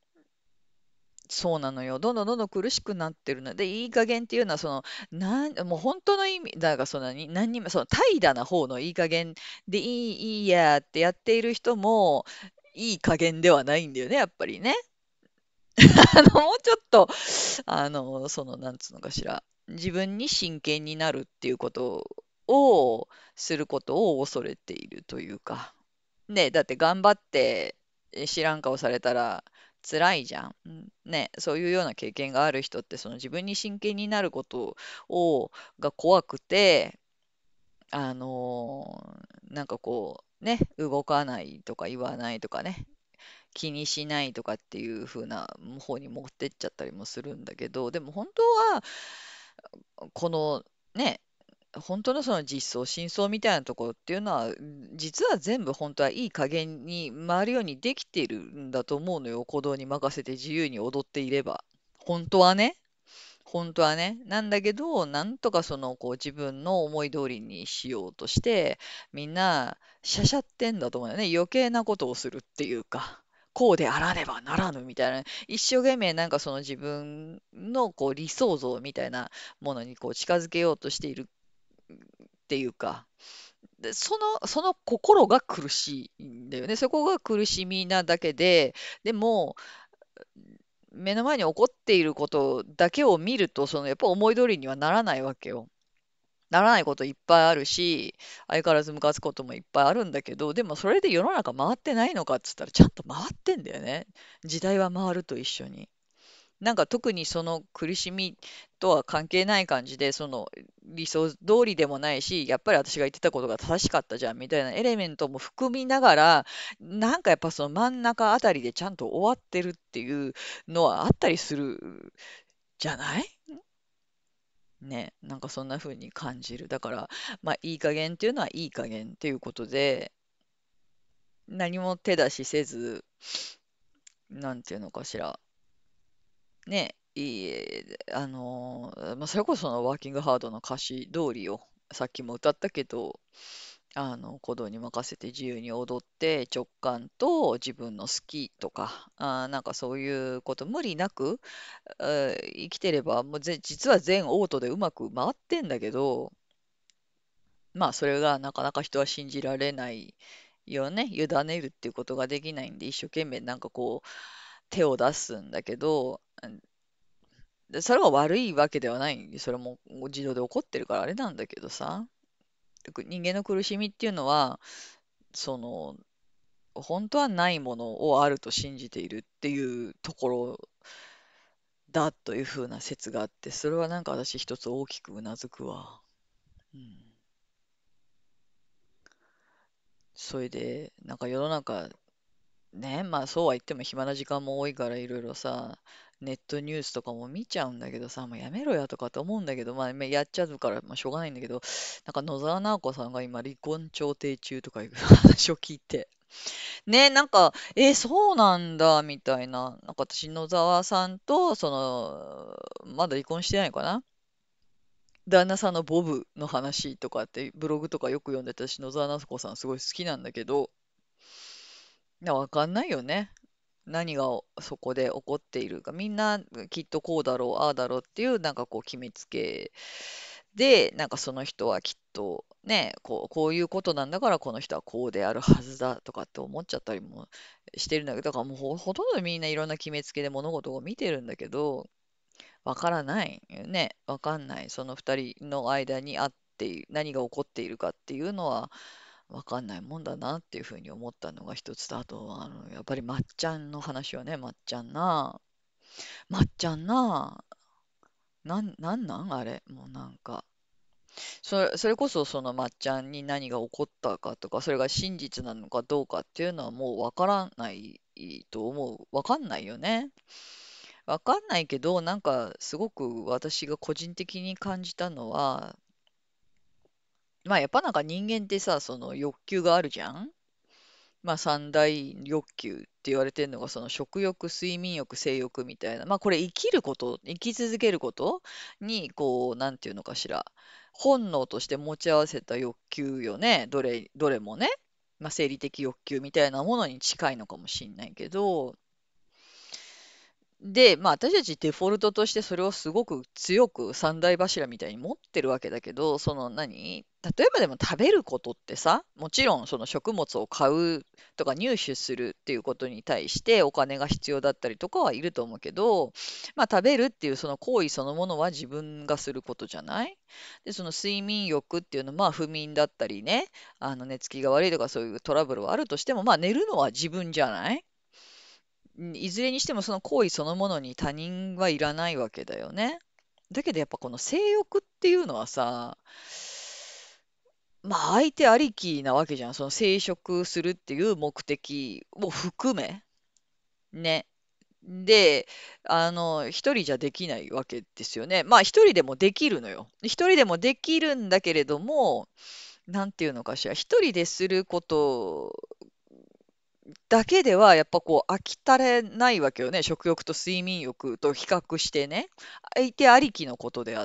そうなのよ。どんどんどんどん苦しくなってるので、いい加減っていうのは、その、なん、もう本当の意味、だからその、に何にも、その怠惰な方のいい加減でいい、いいやってやっている人も、いい加減ではないんだよね、やっぱりね。あの、もうちょっと、あの、その、なんつうのかしら、自分に真剣になるっていうことを、することを恐れているというか、ね、だって頑張ってえ知らん顔されたら辛いじゃん。うんね、そういうような経験がある人って、その自分に真剣になることを、が怖くて、あのーなんかこう、ね、動かないとか言わないとかね、気にしないとかっていう風な方に持ってっちゃったりもするんだけど、でも本当は、このね、本当のその実相、真相みたいなところっていうのは、実は全部本当はいい加減に回るようにできているんだと思うのよ。鼓動に任せて自由に踊っていれば。本当はね。本当はね。なんだけど、なんとかその、こう自分の思い通りにしようとして、みんな、しゃしゃってんだと思うよね。余計なことをするっていうか。こうであらねばならぬみたいな。一生懸命なんかその自分のこう理想像みたいなものにこう近づけようとしているっていうか、で、その、その心が苦しいんだよね。そこが苦しみなだけで、でも、目の前に起こっていることだけを見ると、そのやっぱ思い通りにはならないわけよ。ならないこといっぱいあるし、相変わらずムカつくこともいっぱいあるんだけど、でもそれで世の中回ってないのかっつったら、ちゃんと回ってんだよね。時代は回ると一緒に。なんか特にその苦しみとは関係ない感じで、その理想通りでもないし、やっぱり私が言ってたことが正しかったじゃんみたいなエレメントも含みながら、なんかやっぱその真ん中あたりでちゃんと終わってるっていうのはあったりするじゃないね、なんかそんな風に感じる。だから、まあいい加減っていうのはいい加減っていうことで、何も手出しせず、なんていうのかしら。ね、いい、あのーまあ、それこそそのワーキングハードの歌詞通りを、さっきも歌ったけど、あの、鼓動に任せて自由に踊って直感と自分の好きとか、あー、なんかそういうこと無理なく、えー生きてれば、もうぜ実は全オートでうまく回ってんだけど、まあそれがなかなか人は信じられないよね。委ねるっていうことができないんで、一生懸命なんかこう手を出すんだけど、で、それが悪いわけではない。それも自動で起こってるからあれなんだけどさ。人間の苦しみっていうのは、その、本当はないものをあると信じているっていうところだというふうな説があって、それはなんか私一つ大きくうなずくわ。うん。それで、なんか世の中ね、まあそうは言っても暇な時間も多いからいろいろさ、ネットニュースとかも見ちゃうんだけどさ、もうやめろやとかと思うんだけど、まあまあやっちゃうから、まあしょうがないんだけど、なんか野沢直子さんが今離婚調停中とかいう話を聞いて、ね、なんか、えーそうなんだ、みたいな。なんか私野沢さんと、その、まだ離婚してないのかな旦那さんのボブの話とかってブログとかよく読んでたし、野沢直子さんすごい好きなんだけど、なわかんないよね。何がそこで起こっているか、みんなきっとこうだろう、ああだろうっていう、なんかこう決めつけで、なんかその人はきっとね、こう、こういうことなんだからこの人はこうであるはずだとかって思っちゃったりもしてるんだけど、だからもうほ、ほとんどみんないろんな決めつけで物事を見てるんだけど、わからないよね。わかんない。その二人の間にあって何が起こっているかっていうのはわかんないもんだなっていうふうに思ったのが一つと、あと、あの、やっぱりまっちゃんの話はね、まっちゃんな、まっちゃんな、なん、なんなんあれ、もうなんか、それ、それこそそのまっちゃんに何が起こったかとか、それが真実なのかどうかっていうのはもうわからないと思う。わかんないよね。わかんないけど、なんかすごく私が個人的に感じたのは、まあやっぱなんか人間ってさ、その欲求があるじゃん。 まあ三大欲求って言われてるのがその食欲、睡眠欲、性欲みたいな。まあこれ生きること、生き続けることに、こう、なんていうのかしら。本能として持ち合わせた欲求よね。どれ、どれもね。まあ生理的欲求みたいなものに近いのかもしんないけど、で、まあ私たちデフォルトとしてそれをすごく強く三大柱みたいに持ってるわけだけど、その何例えばでも食べることってさ、もちろんその食物を買うとか入手するっていうことに対してお金が必要だったりとかはいると思うけど、まあ食べるっていうその行為そのものは自分がすることじゃないで、その睡眠欲っていうのはまあ不眠だったりね、あの寝つきが悪いとかそういうトラブルはあるとしても、まあ寝るのは自分じゃないんいずれにしてもその行為そのものに他人はいらないわけだよね。だけどやっぱこの性欲っていうのはさ、まあ相手ありきなわけじゃん。その生殖するっていう目的を含め。ね。で、あの、一人じゃできないわけですよね。まあ一人でもできるのよ。一人でもできるんだけれども、なんていうのかしら。一人ですることだけではやっぱこう飽き足れないわけよね。食欲と睡眠欲と比較してね。相手ありきのことであって、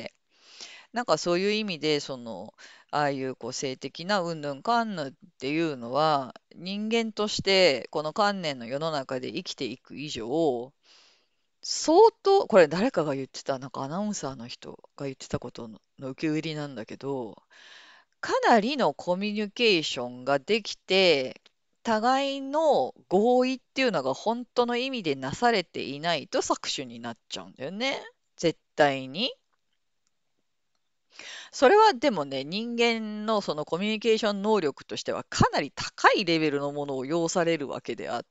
なんかそういう意味で、その、ああいうこう性的なうんぬんかんぬんっていうのは、人間としてこの観念の世の中で生きていく以上、相当、これ誰かが言ってた、なんかアナウンサーの人が言ってたことのの受け売りなんだけど、かなりのコミュニケーションができて、互いの合意っていうのが本当の意味でなされていないと搾取になっちゃうんだよね。絶対に。それはでもね、人間のそのコミュニケーション能力としてはかなり高いレベルのものを要されるわけであって、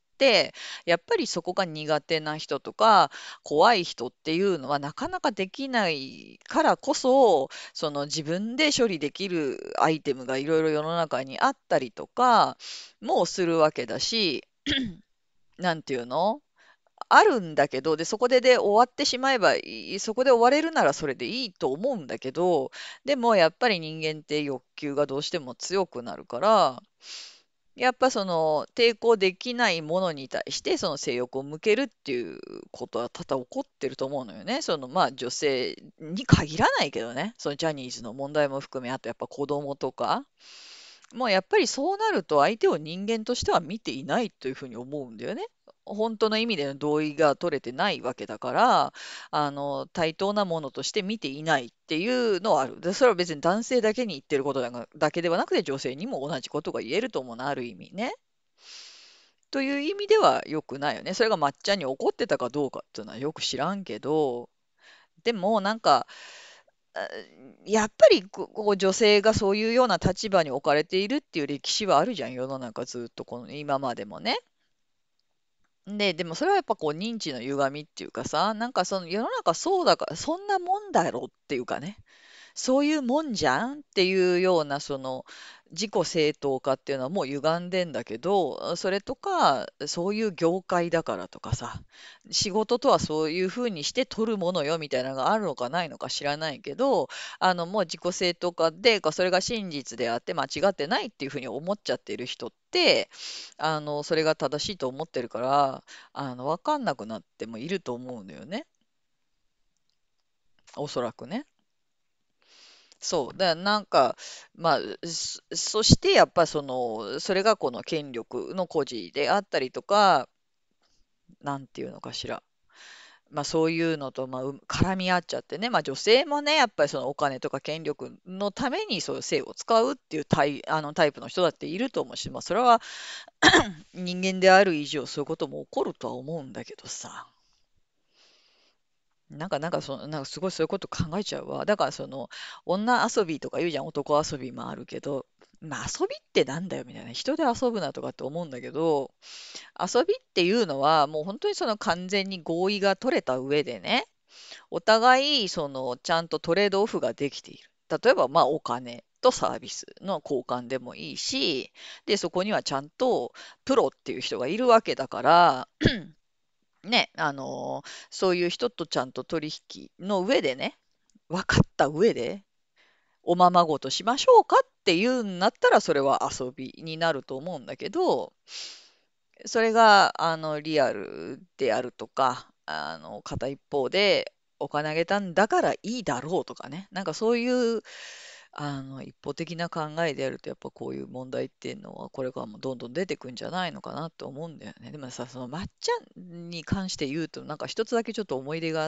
やっぱりそこが苦手な人とか怖い人っていうのはなかなかできないからこそ、その自分で処理できるアイテムがいろいろ世の中にあったりとかもするわけだし、なんていうのあるんだけど、で、そこでで終わってしまえばいい、そこで終われるならそれでいいと思うんだけど、でもやっぱり人間って欲求がどうしても強くなるから、やっぱその抵抗できないものに対してその性欲を向けるっていうことは多々起こってると思うのよね。そのまあ女性に限らないけどね、そのジャニーズの問題も含め、あとやっぱ子供とか、もうやっぱりそうなると相手を人間としては見ていないというふうに思うんだよね。本当の意味での同意が取れてないわけだから、あの、対等なものとして見ていないっていうのはある。で、それは別に男性だけに言ってることだがだけではなくて女性にも同じことが言えると思うな、ある意味ね。という意味では良くないよね。それが抹茶に怒ってたかどうかっていうのはよく知らんけど、でもなんか、あやっぱりここう女性がそういうような立場に置かれているっていう歴史はあるじゃん、世の中ずっとこの今までもね。で、でもそれはやっぱこう認知の歪みっていうかさ、なんかその世の中そうだから、そんなもんだろっていうかね。そういうもんじゃんっていうようなその自己正当化っていうのはもう歪んでんだけど、それとかそういう業界だからとかさ、仕事とはそういうふうにして取るものよみたいなのがあるのかないのか知らないけど、あのもう自己正当化でそれが真実であって間違ってないっていうふうに思っちゃっている人って、あのそれが正しいと思ってるから、あの分かんなくなってもいると思うんだよね。おそらくね。そう。だからなんか、まあ、そそしてやっぱその、それがこの権力の誇示であったりとか、なんていうのかしら。まあそういうのとまあう絡み合っちゃってね、まあ女性もね、やっぱりそのお金とか権力のためにそういう性を使うっていうタイ、あのタイプの人だっていると思うし、まあそれは人間である以上そういうことも起こるとは思うんだけどさ。なんか、なんかその、なんかすごいそういうこと考えちゃうわ。だからその、女遊びとか言うじゃん、男遊びもあるけど、まあ遊びってなんだよみたいな、人で遊ぶなとかって思うんだけど、遊びっていうのはもう本当にその完全に合意が取れた上でね、お互いそのちゃんとトレードオフができている。例えばまあお金とサービスの交換でもいいし、で、そこにはちゃんとプロっていう人がいるわけだから、ね、あのーそういう人とちゃんと取引の上でね、分かった上でおままごとしましょうかっていうんだったら、それは遊びになると思うんだけど、それが、あの、リアルであるとか、あの、片一方で、お金あげたんだからいいだろうとかね。なんかそういう、あの、一方的な考えでやると、やっぱこういう問題っていうのは、これからもどんどん出てくんじゃないのかなと思うんだよね。でもさ、その抹茶に関して言うと、なんか一つだけちょっと思い出があって、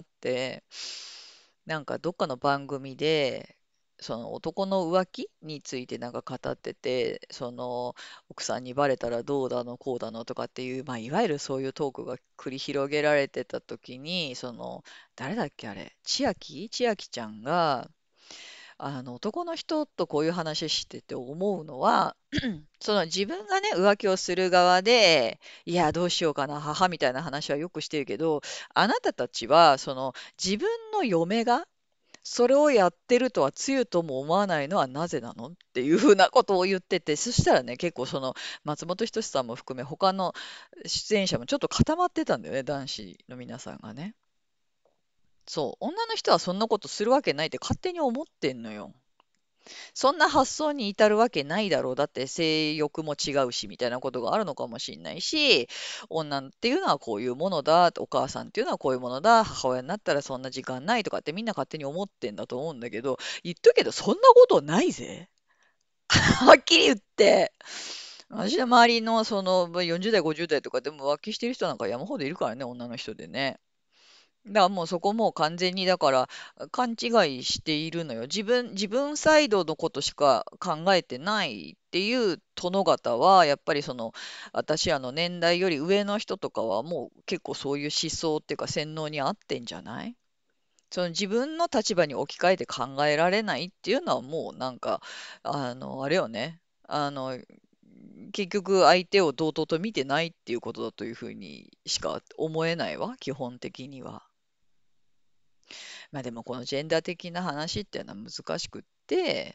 なんかどっかの番組で、その男の浮気についてなんか語ってて、その奥さんにバレたらどうだのこうだのとかっていう、まあ、いわゆるそういうトークが繰り広げられてた時に、その誰だっけあれ、千秋千秋ちゃんが、あの男の人とこういう話してて思うのは、その自分がね、浮気をする側で、いや、どうしようかな、母みたいな話はよくしてるけど、あなたたちは、その自分の嫁が、それをやってるとはつゆとも思わないのはなぜなのっていうふうなことを言ってて、そしたらね、結構その松本人志さんも含め他の出演者もちょっと固まってたんだよね、男子の皆さんがね。そう、女の人はそんなことするわけないって勝手に思ってんのよ。そんな発想に至るわけないだろう。だって性欲も違うし、みたいなことがあるのかもしれないし、女っていうのはこういうものだ、お母さんっていうのはこういうものだ、母親になったらそんな時間ないとかってみんな勝手に思ってんだと思うんだけど、言っとくけど、そんなことないぜ。はっきり言って。私の周りのそのまあよんじゅう代、ごじゅう代とかでも浮気してる人なんか山ほどいるからね、女の人でね。だからもうそこもう完全にだから勘違いしているのよ。自分、自分サイドのことしか考えてないっていう殿方は、やっぱりその私あの年代より上の人とかはもう結構そういう思想っていうか洗脳に合ってんじゃない？その自分の立場に置き換えて考えられないっていうのはもうなんか、あの、あれよね。あの、結局相手を同等と見てないっていうことだというふうにしか思えないわ、基本的には。まあでもこのジェンダー的な話っていうのは難しくって、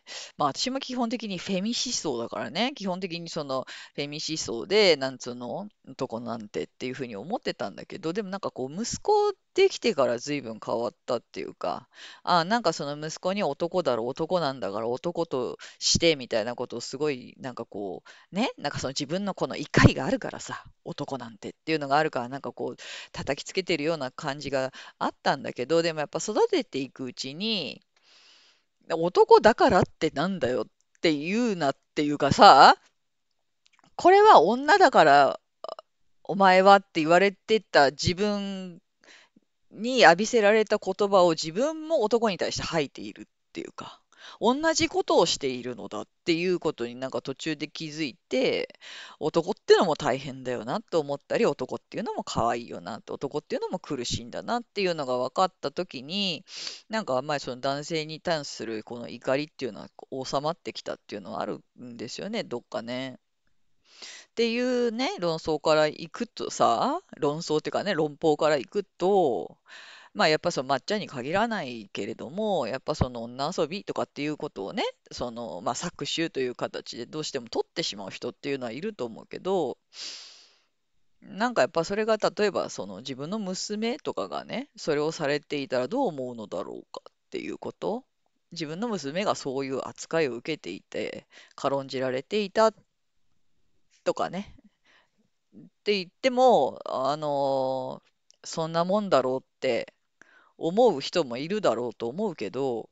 まあ私も基本的にフェミ思想だからね、基本的にそのフェミ思想で、なんつうの、男なんてっていうふうに思ってたんだけど、でもなんかこう息子できてから随分変わったっていうか、あ、なんかその息子に男だろ、男なんだから男としてみたいなことをすごいなんかこう、ね、なんかその自分のこの怒りがあるからさ、男なんてっていうのがあるから、なんかこう叩きつけてるような感じがあったんだけど、でもやっぱ育てていくうちに、男だからってなんだよって言うなっていうかさ、これは女だからお前はって言われてた自分に浴びせられた言葉を自分も男に対して吐いているっていうか、同じことをしているのだっていうことになんか途中で気づいて、男ってのも大変だよなと思ったり、男っていうのも可愛いよなって、男っていうのも苦しいんだなっていうのが分かった時に、なんかあんまりその男性に対するこの怒りっていうのは収まってきたっていうのはあるんですよね、どっかね。っていうね、論争からいくとさ、論争っていうかね、論法からいくと、まあやっぱその抹茶に限らないけれども、やっぱその女遊びとかっていうことをね、そのまあ搾取という形でどうしても取ってしまう人っていうのはいると思うけど、なんかやっぱそれが例えばその自分の娘とかがね、それをされていたらどう思うのだろうかっていうこと、自分の娘がそういう扱いを受けていて、軽んじられていたとかね、って言っても、あのそんなもんだろうって思う人もいるだろうと思うけど、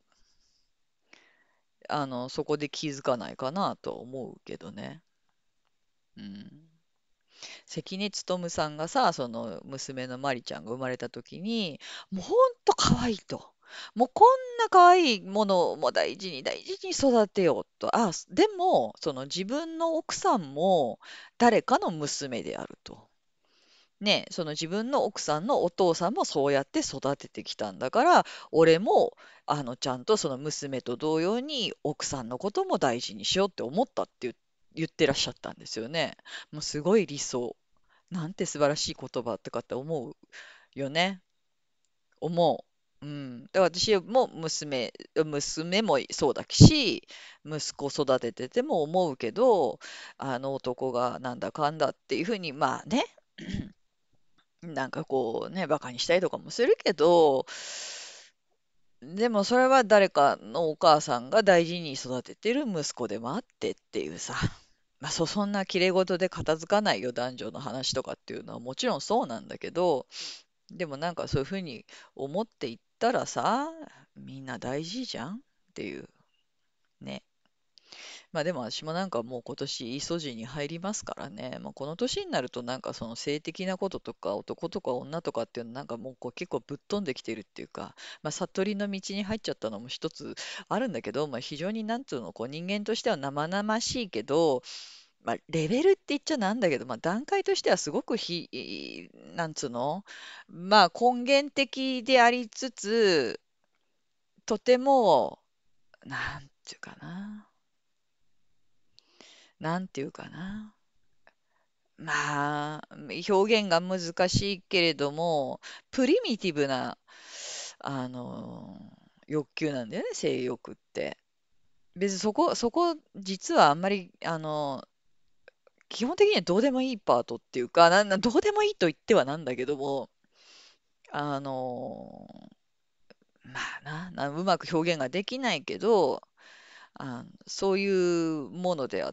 あの、そこで気づかないかなとは思うけどね。うん。関根勤さんがさ、その娘のまりちゃんが生まれた時に、もうほんと可愛いと。もうこんな可愛いものも大事に大事に育てようと。あ、でも、その自分の奥さんも誰かの娘であると。ね、その自分の奥さんのお父さんもそうやって育ててきたんだから、俺もあのちゃんとその娘と同様に奥さんのことも大事にしようって思ったって言言ってらっしゃったんですよね。もうすごい理想。なんて素晴らしい言葉とかって思うよね。思う。うん。だから私も娘、娘もそうだし、息子育ててても思うけど、あの男がなんだかんだっていうふうに、まあね、なんかこうね、バカにしたりとかもするけど、 でもそれは誰かのお母さんが大事に育ててる息子でもあってっていうさ。まあ、そ、そんな綺麗事で片付かないよ、男女の話とかっていうのはもちろんそうなんだけど、でもなんかそういうふうに思っていったらさ、みんな大事じゃんっていうね。まあでも私もなんかもう今年いい年に入りますからね、まあ、この年になるとなんかその性的なこととか男とか女とかっていうのなんかもうこう結構ぶっ飛んできてるっていうか、まあ、悟りの道に入っちゃったのも一つあるんだけど、まあ、非常になんつうのこう人間としては生々しいけど、まあ、レベルって言っちゃなんだけど、まあ、段階としてはすごくひ、なんつうの、まあ根源的でありつつ、とても、なんていうかな、なんていうかな。まあ、表現が難しいけれども、プリミティブな、あの、欲求なんだよね、性欲って。別にそこ、そこ、実はあんまり、あの、基本的にはどうでもいいパートっていうか、なんなどうでもいいと言ってはなんだけども、あの、まあな、なうまく表現ができないけど、あ、そういうものであって、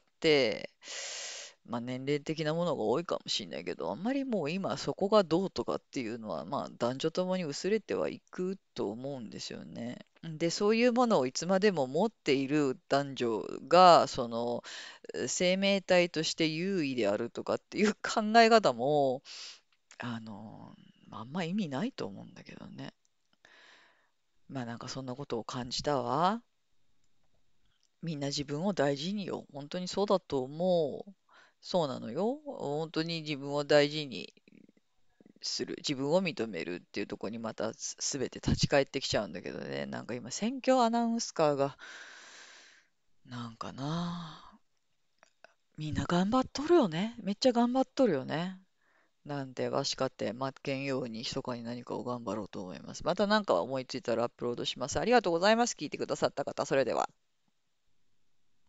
まあ、年齢的なものが多いかもしれないけど、あんまりもう今そこがどうとかっていうのは、まあ、男女ともに薄れてはいくと思うんですよね。で、そういうものをいつまでも持っている男女が、その生命体として優位であるとかっていう考え方も、あの、あんま意味ないと思うんだけどね。まあなんかそんなことを感じたわ。みんな自分を大事によ。本当にそうだと思う。そうなのよ。本当に自分を大事にする。自分を認めるっていうところにまたすすべて立ち返ってきちゃうんだけどね。なんか今、選挙アナウンスカーが、なんかな、みんな頑張っとるよね。めっちゃ頑張っとるよね。なんで、わしかって負けんように密かに何かを頑張ろうと思います。また何か思いついたらアップロードします。ありがとうございます。聞いてくださった方、それでは。